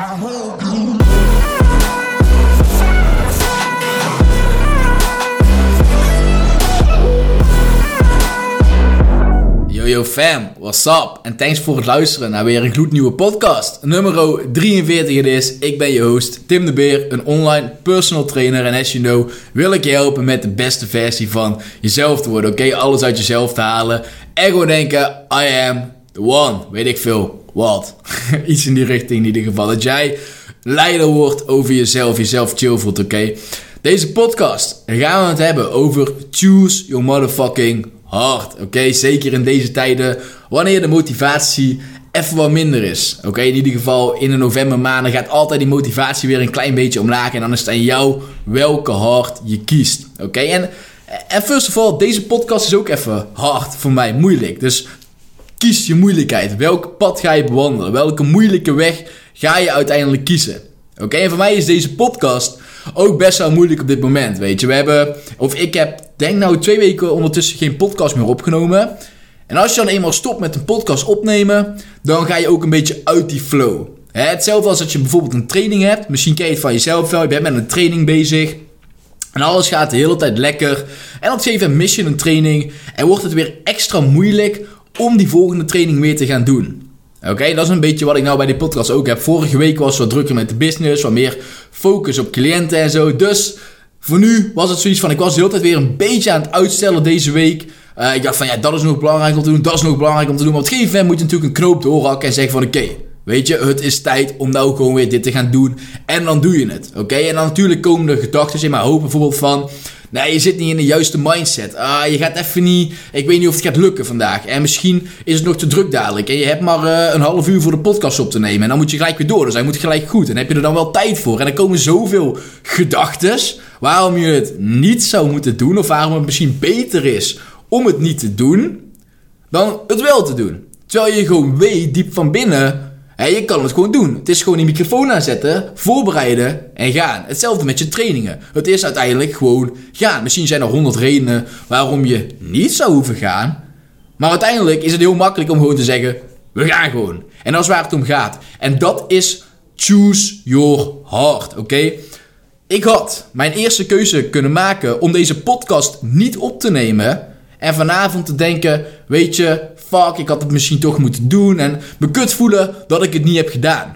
Yo fam, what's up? En thanks voor het luisteren naar weer een gloednieuwe podcast. Nummer 43 het is. Ik ben je host Tim de Beer, een online personal trainer. En as you know, wil ik je helpen met de beste versie van jezelf te worden. Oké, alles uit jezelf te halen. En gewoon denken, I am the one. Weet ik veel, wat. Iets in die richting in ieder geval. Dat jij leider wordt over jezelf chill voelt, oké? Deze podcast gaan we het hebben over choose your motherfucking hard, oké? Zeker in deze tijden, wanneer de motivatie even wat minder is, oké? In ieder geval in de novembermaanden gaat altijd die motivatie weer een klein beetje omlaag. En dan is het aan jou welke hard je kiest, oké? En first of all, deze podcast is ook even hard voor mij, moeilijk. Dus kies je moeilijkheid. Welk pad ga je bewandelen? Welke moeilijke weg ga je uiteindelijk kiezen? Oké, en voor mij is deze podcast ook best wel moeilijk op dit moment, weet je. Ik heb, denk nou 2 weken ondertussen geen podcast meer opgenomen. En als je dan eenmaal stopt met een podcast opnemen, dan ga je ook een beetje uit die flow. Hetzelfde als dat je bijvoorbeeld een training hebt. Misschien ken je het van jezelf wel. Je bent met een training bezig. En alles gaat de hele tijd lekker. En op een gegeven moment mis je een training. En wordt het weer extra moeilijk om die volgende training weer te gaan doen. Oké, dat is een beetje wat ik nou bij die podcast ook heb. Vorige week was het wat drukker met de business, wat meer focus op cliënten en zo. Dus voor nu was het zoiets van, ik was de hele tijd weer een beetje aan het uitstellen deze week. Ik dacht van, ja, dat is nog belangrijk om te doen, dat is nog belangrijk om te doen. Maar op een gegeven moment moet je natuurlijk een knoop doorhakken en zeggen van, oké, weet je, het is tijd om nou gewoon weer dit te gaan doen. En dan doe je het, oké? En dan natuurlijk komen er gedachten in mijn hoofd bijvoorbeeld van, nee, je zit niet in de juiste mindset. Je gaat even niet, ik weet niet of het gaat lukken vandaag. En misschien is het nog te druk dadelijk. En je hebt maar een half uur voor de podcast op te nemen. En dan moet je gelijk weer door. Dus hij moet gelijk goed. En heb je er dan wel tijd voor. En dan komen zoveel gedachtes waarom je het niet zou moeten doen. Of waarom het misschien beter is om het niet te doen dan het wel te doen. Terwijl je gewoon weet diep van binnen, je kan het gewoon doen. Het is gewoon die microfoon aanzetten, voorbereiden en gaan. Hetzelfde met je trainingen. Het is uiteindelijk gewoon gaan. Misschien zijn er 100 redenen waarom je niet zou hoeven gaan. Maar uiteindelijk is het heel makkelijk om gewoon te zeggen, we gaan gewoon. En dat is waar het om gaat. En dat is choose your heart, oké? Ik had mijn eerste keuze kunnen maken om deze podcast niet op te nemen en vanavond te denken, weet je, fuck, ik had het misschien toch moeten doen. En me kut voelen dat ik het niet heb gedaan.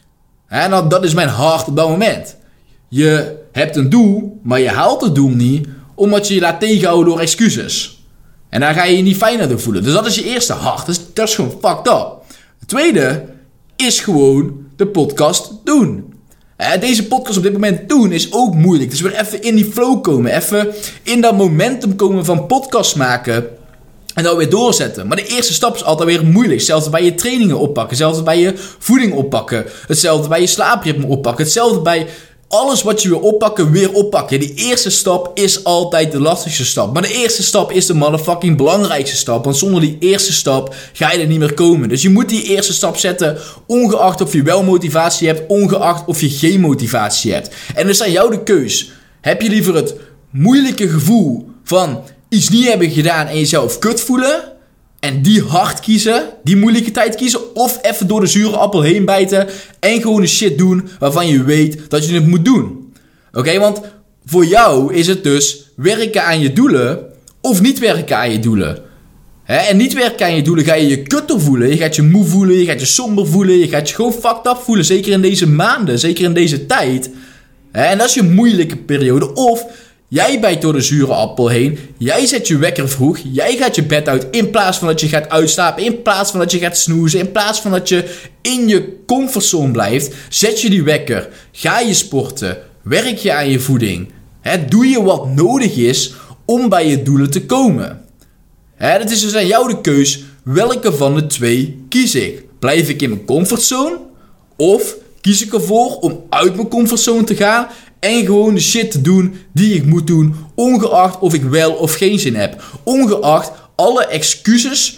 En dat is mijn hart op dat moment. Je hebt een doel, maar je haalt het doel niet, omdat je je laat tegenhouden door excuses. En daar ga je je niet fijner door voelen. Dus dat is je eerste hart. Dat is gewoon fucked up. Het tweede is gewoon de podcast doen. Deze podcast op dit moment doen is ook moeilijk. Dus weer even in die flow komen. Even in dat momentum komen van podcast maken. En dan weer doorzetten. Maar de eerste stap is altijd weer moeilijk. Hetzelfde bij je trainingen oppakken. Hetzelfde bij je voeding oppakken. Hetzelfde bij je slaapritme oppakken. Hetzelfde bij alles wat je wil oppakken, weer oppakken. Die eerste stap is altijd de lastigste stap. Maar de eerste stap is de motherfucking belangrijkste stap. Want zonder die eerste stap ga je er niet meer komen. Dus je moet die eerste stap zetten, ongeacht of je wel motivatie hebt, ongeacht of je geen motivatie hebt. En dus aan jou de keus. Heb je liever het moeilijke gevoel van iets niet hebben gedaan en jezelf kut voelen en die hard kiezen, die moeilijke tijd kiezen, of even door de zure appel heen bijten en gewoon de shit doen waarvan je weet dat je het moet doen. Oké, want voor jou is het dus werken aan je doelen of niet werken aan je doelen. En niet werken aan je doelen ga je je kutter voelen, je gaat je moe voelen, je gaat je somber voelen, je gaat je gewoon fucked up voelen, zeker in deze maanden, zeker in deze tijd. En dat is je moeilijke periode. Of jij bijt door de zure appel heen. Jij zet je wekker vroeg. Jij gaat je bed uit in plaats van dat je gaat uitslapen. In plaats van dat je gaat snoezen. In plaats van dat je in je comfortzone blijft. Zet je die wekker. Ga je sporten. Werk je aan je voeding. Doe je wat nodig is om bij je doelen te komen. Het is dus aan jou de keus. Welke van de twee kies ik? Blijf ik in mijn comfortzone? Of kies ik ervoor om uit mijn comfortzone te gaan en gewoon de shit te doen die ik moet doen, ongeacht of ik wel of geen zin heb. Ongeacht alle excuses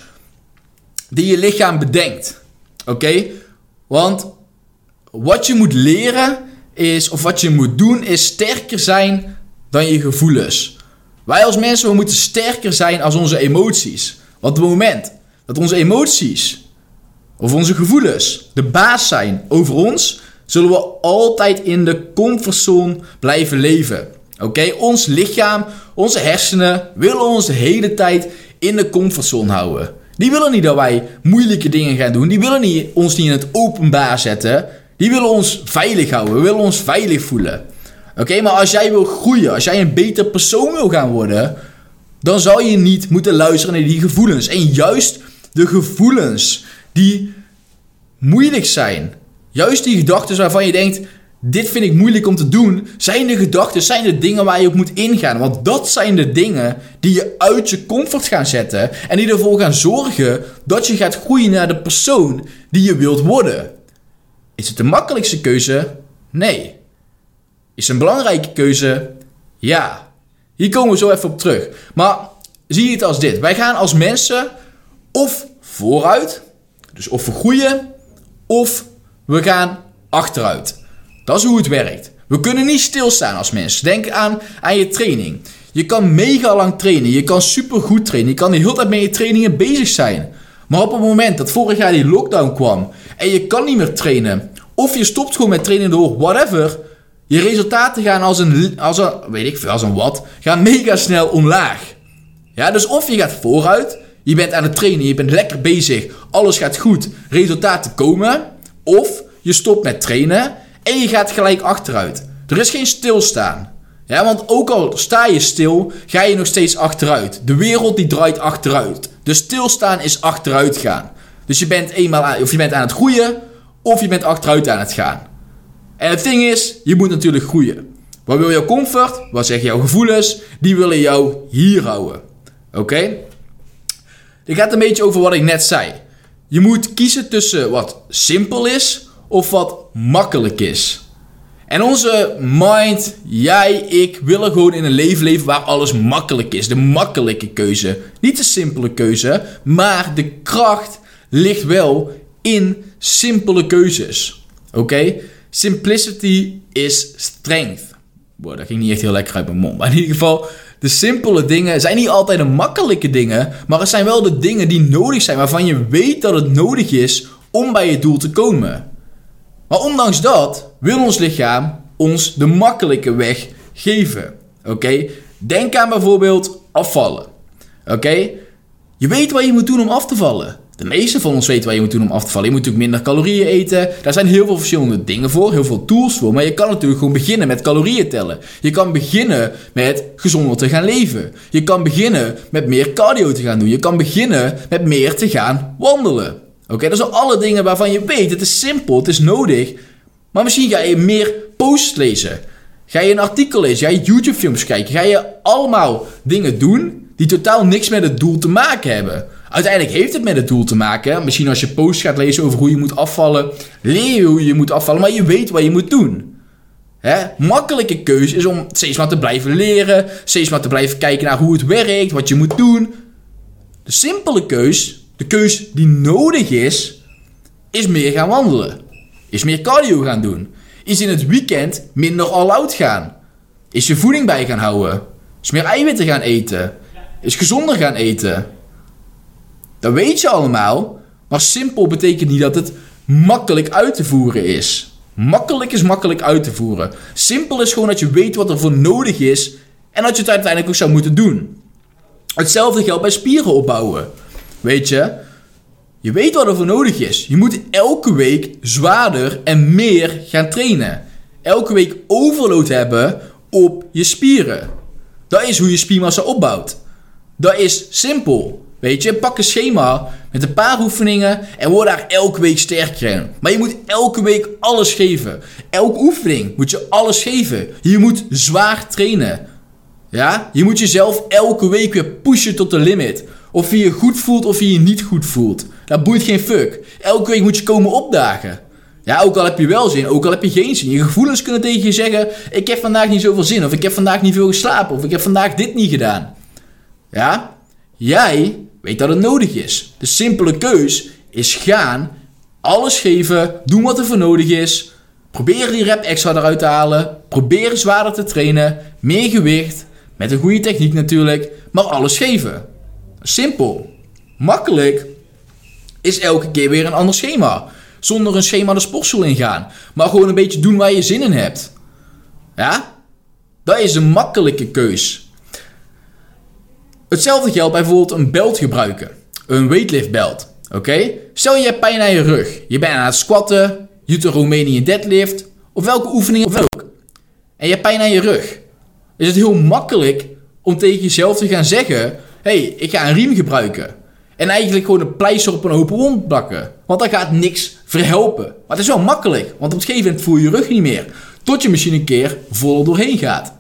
die je lichaam bedenkt. Oké? Want wat je moet leren is, of wat je moet doen, is sterker zijn dan je gevoelens. Wij als mensen, we moeten sterker zijn als onze emoties. Want op het moment dat onze emoties of onze gevoelens de baas zijn over ons, zullen we altijd in de comfortzone blijven leven. Oké? Ons lichaam, onze hersenen willen ons de hele tijd in de comfortzone houden. Die willen niet dat wij moeilijke dingen gaan doen. Die willen ons niet in het openbaar zetten. Die willen ons veilig houden. We willen ons veilig voelen. Oké, maar als jij wil groeien, als jij een beter persoon wil gaan worden, dan zou je niet moeten luisteren naar die gevoelens. En juist de gevoelens die moeilijk zijn, juist die gedachten waarvan je denkt, dit vind ik moeilijk om te doen, zijn de gedachten, zijn de dingen waar je op moet ingaan. Want dat zijn de dingen die je uit je comfort gaan zetten en die ervoor gaan zorgen dat je gaat groeien naar de persoon die je wilt worden. Is het de makkelijkste keuze? Nee. Is het een belangrijke keuze? Ja. Hier komen we zo even op terug. Maar zie je het als dit. Wij gaan als mensen of vooruit, dus of we groeien, of we gaan achteruit. Dat is hoe het werkt. We kunnen niet stilstaan als mensen. Denk aan je training. Je kan mega lang trainen. Je kan supergoed trainen. Je kan de hele tijd met je trainingen bezig zijn. Maar op het moment dat vorig jaar die lockdown kwam en je kan niet meer trainen, of je stopt gewoon met trainen door whatever, je resultaten gaan als een wat, gaan mega snel omlaag. Ja, dus of je gaat vooruit, je bent aan het trainen, je bent lekker bezig, alles gaat goed, resultaten komen, of je stopt met trainen en je gaat gelijk achteruit. Er is geen stilstaan. Ja, want ook al sta je stil, ga je nog steeds achteruit. De wereld die draait achteruit. Dus stilstaan is achteruit gaan. Dus je bent aan het groeien, of je bent achteruit aan het gaan. En het ding is, je moet natuurlijk groeien. Wat wil jouw comfort? Wat zeggen jouw gevoelens? Die willen jou hier houden. Oké? Dit gaat een beetje over wat ik net zei. Je moet kiezen tussen wat simpel is of wat makkelijk is. En onze mind, jij, ik, willen gewoon in een leven waar alles makkelijk is. De makkelijke keuze. Niet de simpele keuze, maar de kracht ligt wel in simpele keuzes. Oké? Simplicity is strength. Wow, dat ging niet echt heel lekker uit mijn mond. Maar in ieder geval, de simpele dingen zijn niet altijd de makkelijke dingen, maar het zijn wel de dingen die nodig zijn, waarvan je weet dat het nodig is om bij je doel te komen. Maar ondanks dat wil ons lichaam ons de makkelijke weg geven. Oké? Denk aan bijvoorbeeld afvallen. Oké? Je weet wat je moet doen om af te vallen. De meeste van ons weten wat je moet doen om af te vallen. Je moet natuurlijk minder calorieën eten. Daar zijn heel veel verschillende dingen voor, heel veel tools voor. Maar je kan natuurlijk gewoon beginnen met calorieën tellen. Je kan beginnen met gezonder te gaan leven. Je kan beginnen met meer cardio te gaan doen. Je kan beginnen met meer te gaan wandelen. Oké, dat zijn alle dingen waarvan je weet, het is simpel, het is nodig. Maar misschien ga je meer posts lezen. Ga je een artikel lezen, ga je YouTube films kijken. Ga je allemaal dingen doen die totaal niks met het doel te maken hebben. Uiteindelijk heeft het met het doel te maken. Misschien als je posts gaat lezen over hoe je moet afvallen, leer je hoe je moet afvallen, maar je weet wat je moet doen. Makkelijke keuze is om steeds maar te blijven leren, steeds maar te blijven kijken naar hoe het werkt, wat je moet doen. De simpele keus, de keus die nodig is meer gaan wandelen. Is meer cardio gaan doen. Is in het weekend minder all-out gaan. Is je voeding bij gaan houden. Is meer eiwitten gaan eten. Is gezonder gaan eten. Dat weet je allemaal, maar simpel betekent niet dat het makkelijk uit te voeren is. Makkelijk is makkelijk uit te voeren. Simpel is gewoon dat je weet wat er voor nodig is en dat je het uiteindelijk ook zou moeten doen. Hetzelfde geldt bij spieren opbouwen. Weet je, je weet wat er voor nodig is. Je moet elke week zwaarder en meer gaan trainen. Elke week overload hebben op je spieren. Dat is hoe je spiermassa opbouwt. Dat is simpel. Weet je, pak een schema met een paar oefeningen en word daar elke week sterker in. Maar je moet elke week alles geven. Elke oefening moet je alles geven. Je moet zwaar trainen. Ja? Je moet jezelf elke week weer pushen tot de limit. Of je je goed voelt of je je niet goed voelt. Dat boeit geen fuck. Elke week moet je komen opdagen. Ja, ook al heb je wel zin, ook al heb je geen zin. Je gevoelens kunnen tegen je zeggen, ik heb vandaag niet zoveel zin. Of ik heb vandaag niet veel geslapen. Of ik heb vandaag dit niet gedaan. Ja? Jij weet dat het nodig is. De simpele keus is gaan, alles geven, doen wat er voor nodig is. Probeer die rep extra eruit te halen. Probeer zwaarder te trainen. Meer gewicht. Met een goede techniek natuurlijk. Maar alles geven. Simpel. Makkelijk is elke keer weer een ander schema. zonder een schema de sportschool ingaan. Maar gewoon een beetje doen waar je zin in hebt. Ja? Dat is een makkelijke keus. Hetzelfde geldt bij bijvoorbeeld een belt gebruiken. Een weightlift belt. Oké? Stel je hebt pijn aan je rug. Je bent aan het squatten. Je doet een Romanian deadlift. Of welke oefening of ook. En je hebt pijn aan je rug. Is het heel makkelijk om tegen jezelf te gaan zeggen... Hey, ik ga een riem gebruiken. En eigenlijk gewoon een pleister op een open wond plakken. Want dat gaat niks verhelpen. Maar het is wel makkelijk. Want op een gegeven moment voel je je rug niet meer. Tot je misschien een keer vol doorheen gaat.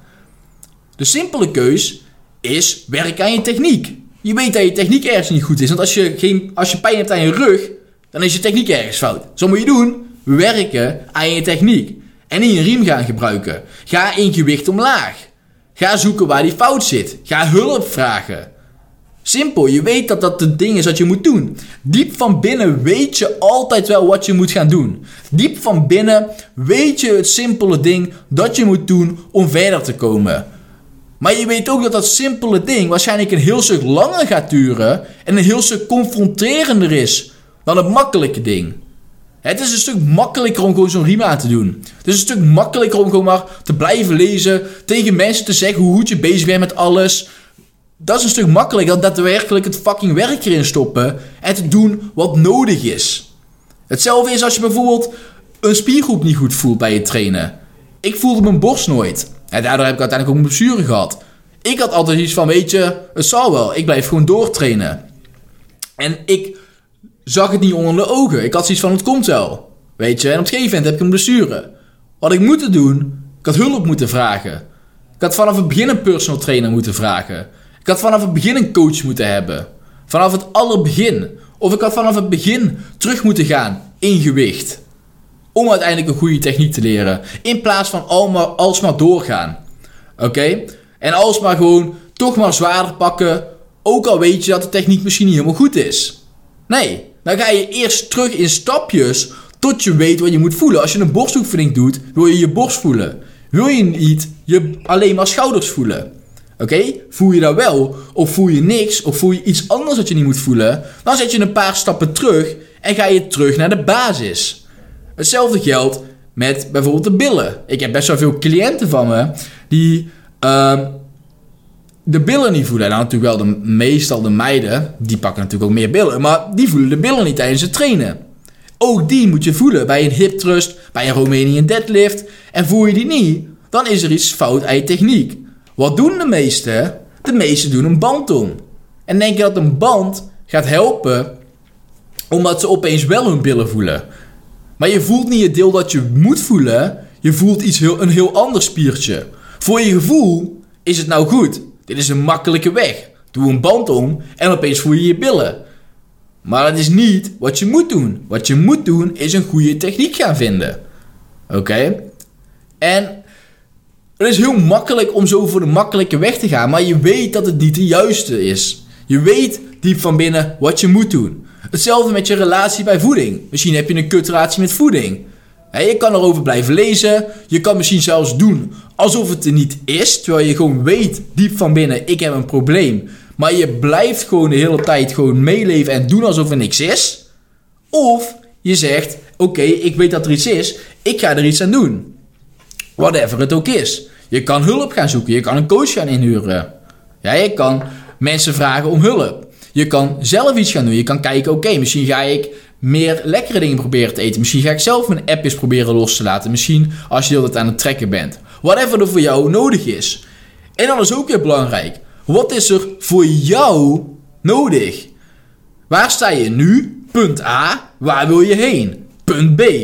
De simpele keus is werk aan je techniek. Je weet dat je techniek ergens niet goed is. Want als je pijn hebt aan je rug, dan is je techniek ergens fout. Zo moet je doen. Werken aan je techniek. En niet een riem gaan gebruiken. Ga in gewicht omlaag. Ga zoeken waar die fout zit. Ga hulp vragen. Simpel, je weet dat dat het ding is wat je moet doen. Diep van binnen weet je altijd wel wat je moet gaan doen. Diep van binnen weet je het simpele ding dat je moet doen om verder te komen. Maar je weet ook dat dat simpele ding waarschijnlijk een heel stuk langer gaat duren en een heel stuk confronterender is dan het makkelijke ding. Het is een stuk makkelijker om gewoon zo'n riem aan te doen. Het is een stuk makkelijker om gewoon maar te blijven lezen, tegen mensen te zeggen hoe goed je bezig bent met alles. Dat is een stuk makkelijker dan daadwerkelijk het fucking werk erin stoppen en te doen wat nodig is. Hetzelfde is als je bijvoorbeeld een spiergroep niet goed voelt bij je trainen. Ik voelde mijn borst nooit. En daardoor heb ik uiteindelijk ook een blessure gehad. Ik had altijd iets van, weet je, het zal wel. Ik blijf gewoon doortrainen. En ik zag het niet onder de ogen. Ik had zoiets van, het komt wel. Weet je, en op een gegeven moment heb ik een blessure. Wat ik moeten doen, ik had hulp moeten vragen. Ik had vanaf het begin een personal trainer moeten vragen. Ik had vanaf het begin een coach moeten hebben. Vanaf het allerbegin. Of ik had vanaf het begin terug moeten gaan in gewicht. Om uiteindelijk een goede techniek te leren. In plaats van alsmaar doorgaan. Oké? En alsmaar gewoon toch maar zwaarder pakken. Ook al weet je dat de techniek misschien niet helemaal goed is. Nee, dan ga je eerst terug in stapjes tot je weet wat je moet voelen. Als je een borstoefening doet, wil je je borst voelen. Wil je niet alleen maar schouders voelen. Oké? Voel je dat wel? Of voel je niks? Of voel je iets anders dat je niet moet voelen? Dan zet je een paar stappen terug en ga je terug naar de basis. Hetzelfde geldt met bijvoorbeeld de billen. Ik heb best wel veel cliënten van me die de billen niet voelen. En dan natuurlijk wel meestal de meiden, die pakken natuurlijk ook meer billen, maar die voelen de billen niet tijdens het trainen. Ook die moet je voelen bij een hip thrust, bij een Romanian deadlift. En voel je die niet, dan is er iets fout aan je techniek. Wat doen de meesten? De meesten doen een band om. En denken dat een band gaat helpen omdat ze opeens wel hun billen voelen. Maar je voelt niet het deel dat je moet voelen. Je voelt een heel ander spiertje. Voor je gevoel is het nou goed. Dit is een makkelijke weg. Doe een band om en opeens voel je je billen. Maar dat is niet wat je moet doen. Wat je moet doen is een goede techniek gaan vinden. Oké? En het is heel makkelijk om zo voor de makkelijke weg te gaan. Maar je weet dat het niet de juiste is. Je weet diep van binnen wat je moet doen. Hetzelfde met je relatie bij voeding. Misschien heb je een kutrelatie met voeding. Je kan erover blijven lezen. Je kan misschien zelfs doen alsof het er niet is. Terwijl je gewoon weet diep van binnen, ik heb een probleem. Maar je blijft gewoon de hele tijd gewoon meeleven en doen alsof er niks is. Of je zegt, oké, ik weet dat er iets is. Ik ga er iets aan doen. Whatever het ook is. Je kan hulp gaan zoeken. Je kan een coach gaan inhuren. Ja, je kan mensen vragen om hulp. Je kan zelf iets gaan doen. Je kan kijken, oké, misschien ga ik meer lekkere dingen proberen te eten. Misschien ga ik zelf mijn app eens proberen los te laten. Misschien als je altijd aan het trekken bent. Whatever er voor jou nodig is. En dan is ook weer belangrijk. Wat is er voor jou nodig? Waar sta je nu? Punt A. Waar wil je heen? Punt B.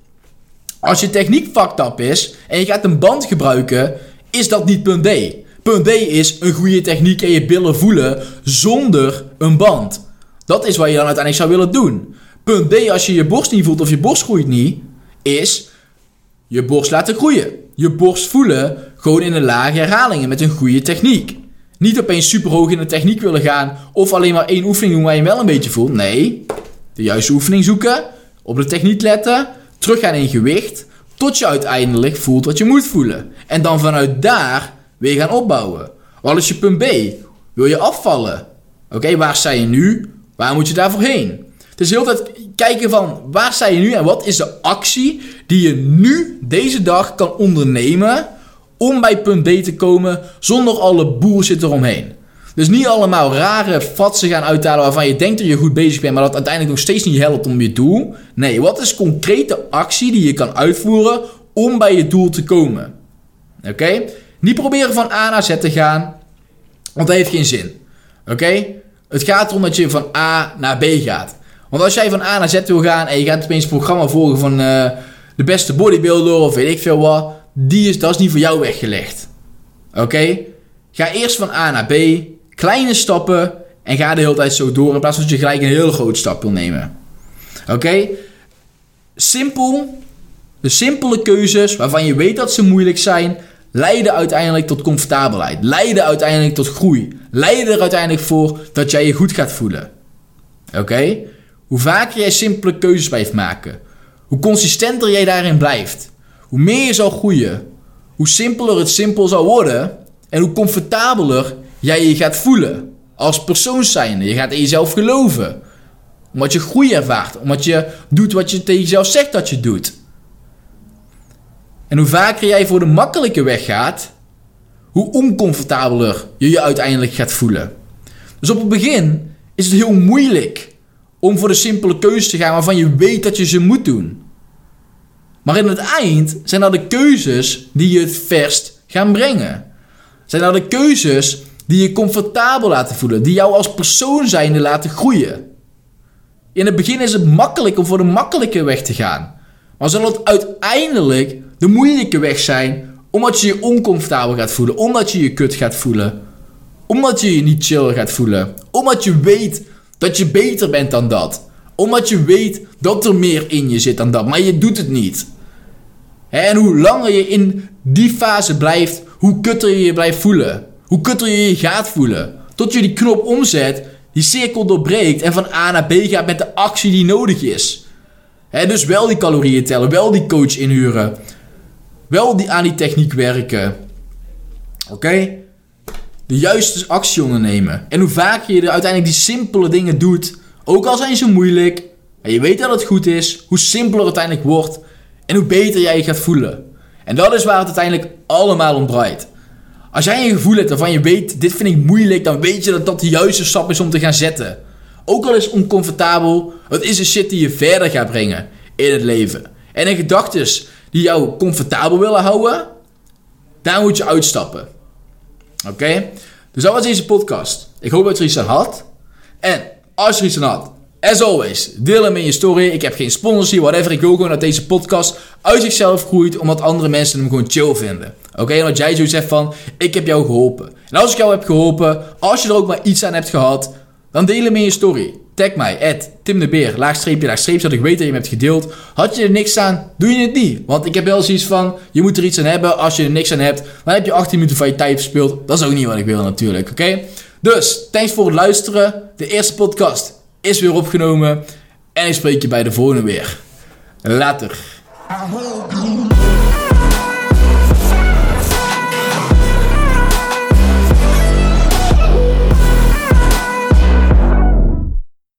Als je techniek fucked up is en je gaat een band gebruiken, is dat niet punt D. Punt D is een goede techniek en je billen voelen zonder een band. Dat is wat je dan uiteindelijk zou willen doen. Punt D, als je je borst niet voelt of je borst groeit niet, is je borst laten groeien. Je borst voelen gewoon in de lage herhalingen met een goede techniek. Niet opeens super hoog in de techniek willen gaan of alleen maar één oefening doen waar je wel een beetje voelt. Nee, de juiste oefening zoeken, op de techniek letten, teruggaan in gewicht, tot je uiteindelijk voelt wat je moet voelen. En dan vanuit daar weer gaan opbouwen. Wat is je punt B? Wil je afvallen? Oké, waar sta je nu? Waar moet je daarvoor heen? Het is heel tijd, kijken van waar sta je nu en wat is de actie die je nu deze dag kan ondernemen om bij punt B te komen zonder alle bullshit eromheen. Dus niet allemaal rare fatsen gaan uithalen waarvan je denkt dat je goed bezig bent, maar dat uiteindelijk nog steeds niet helpt om je doel. Nee, wat is concrete actie die je kan uitvoeren om bij je doel te komen? Oké? Niet proberen van A naar Z te gaan, want dat heeft geen zin. Oké? Het gaat erom dat je van A naar B gaat. Want als jij van A naar Z wil gaan en je gaat opeens het programma volgen van de beste bodybuilder of weet ik veel wat, dat is niet voor jou weggelegd. Oké? Ga eerst van A naar B, kleine stappen en ga de hele tijd zo door in plaats van dat je gelijk een hele grote stap wil nemen. Oké? Simpel. De simpele keuzes waarvan je weet dat ze moeilijk zijn, leiden uiteindelijk tot comfortabelheid. Leiden uiteindelijk tot groei. Leiden er uiteindelijk voor dat jij je goed gaat voelen. Oké? Hoe vaker jij simpele keuzes blijft maken, hoe consistenter jij daarin blijft, hoe meer je zal groeien, hoe simpeler het simpel zal worden en hoe comfortabeler jij je gaat voelen als persoon zijnde. Je gaat in jezelf geloven. Omdat je groei ervaart. Omdat je doet wat je tegen jezelf zegt dat je doet. En hoe vaker jij voor de makkelijke weg gaat, hoe oncomfortabeler je je uiteindelijk gaat voelen. Dus op het begin is het heel moeilijk om voor de simpele keuzes te gaan waarvan je weet dat je ze moet doen. Maar in het eind zijn dat de keuzes die je het verst gaan brengen. Zijn dat de keuzes die je comfortabel laten voelen, die jou als persoon zijnde laten groeien. In het begin is het makkelijk om voor de makkelijke weg te gaan. Maar zal het uiteindelijk de moeilijke weg zijn, omdat je je oncomfortabel gaat voelen, omdat je je kut gaat voelen, omdat je je niet chill gaat voelen, omdat je weet dat je beter bent dan dat, omdat je weet dat er meer in je zit dan dat, maar je doet het niet. En hoe langer je in die fase blijft, hoe kutter je je blijft voelen, hoe kutter je je gaat voelen, tot je die knop omzet, die cirkel doorbreekt en van A naar B gaat met de actie die nodig is. Dus wel die calorieën tellen, wel die coach inhuren, wel aan die techniek werken. Oké? De juiste actie ondernemen. En hoe vaker je er uiteindelijk die simpele dingen doet, ook al zijn ze moeilijk, en je weet dat het goed is, hoe simpeler het uiteindelijk wordt en hoe beter jij je gaat voelen. En dat is waar het uiteindelijk allemaal om draait. Als jij een gevoel hebt waarvan je weet, dit vind ik moeilijk, dan weet je dat dat de juiste stap is om te gaan zetten. Ook al is het oncomfortabel, het is een shit die je verder gaat brengen in het leven. En in gedachten die jou comfortabel willen houden, daar moet je uitstappen. Oké? Dus dat was deze podcast. Ik hoop dat je er iets aan had. En als je er iets aan had, as always, deel hem in je story. Ik heb geen sponsors hier, whatever. Ik wil gewoon dat deze podcast uit zichzelf groeit, omdat andere mensen hem gewoon chill vinden. Oké? Omdat jij zoiets hebt van, ik heb jou geholpen. En als ik jou heb geholpen, als je er ook maar iets aan hebt gehad, dan deel hem in je story. Tag mij, @TimDeBeer, __, zodat ik weet dat je hem hebt gedeeld. Had je er niks aan, doe je het niet. Want ik heb wel zoiets van, je moet er iets aan hebben. Als je er niks aan hebt, dan heb je 18 minuten van je tijd verspeeld. Dat is ook niet wat ik wil natuurlijk, oké? Dus, thanks voor het luisteren. De eerste podcast is weer opgenomen. En ik spreek je bij de volgende weer. Later.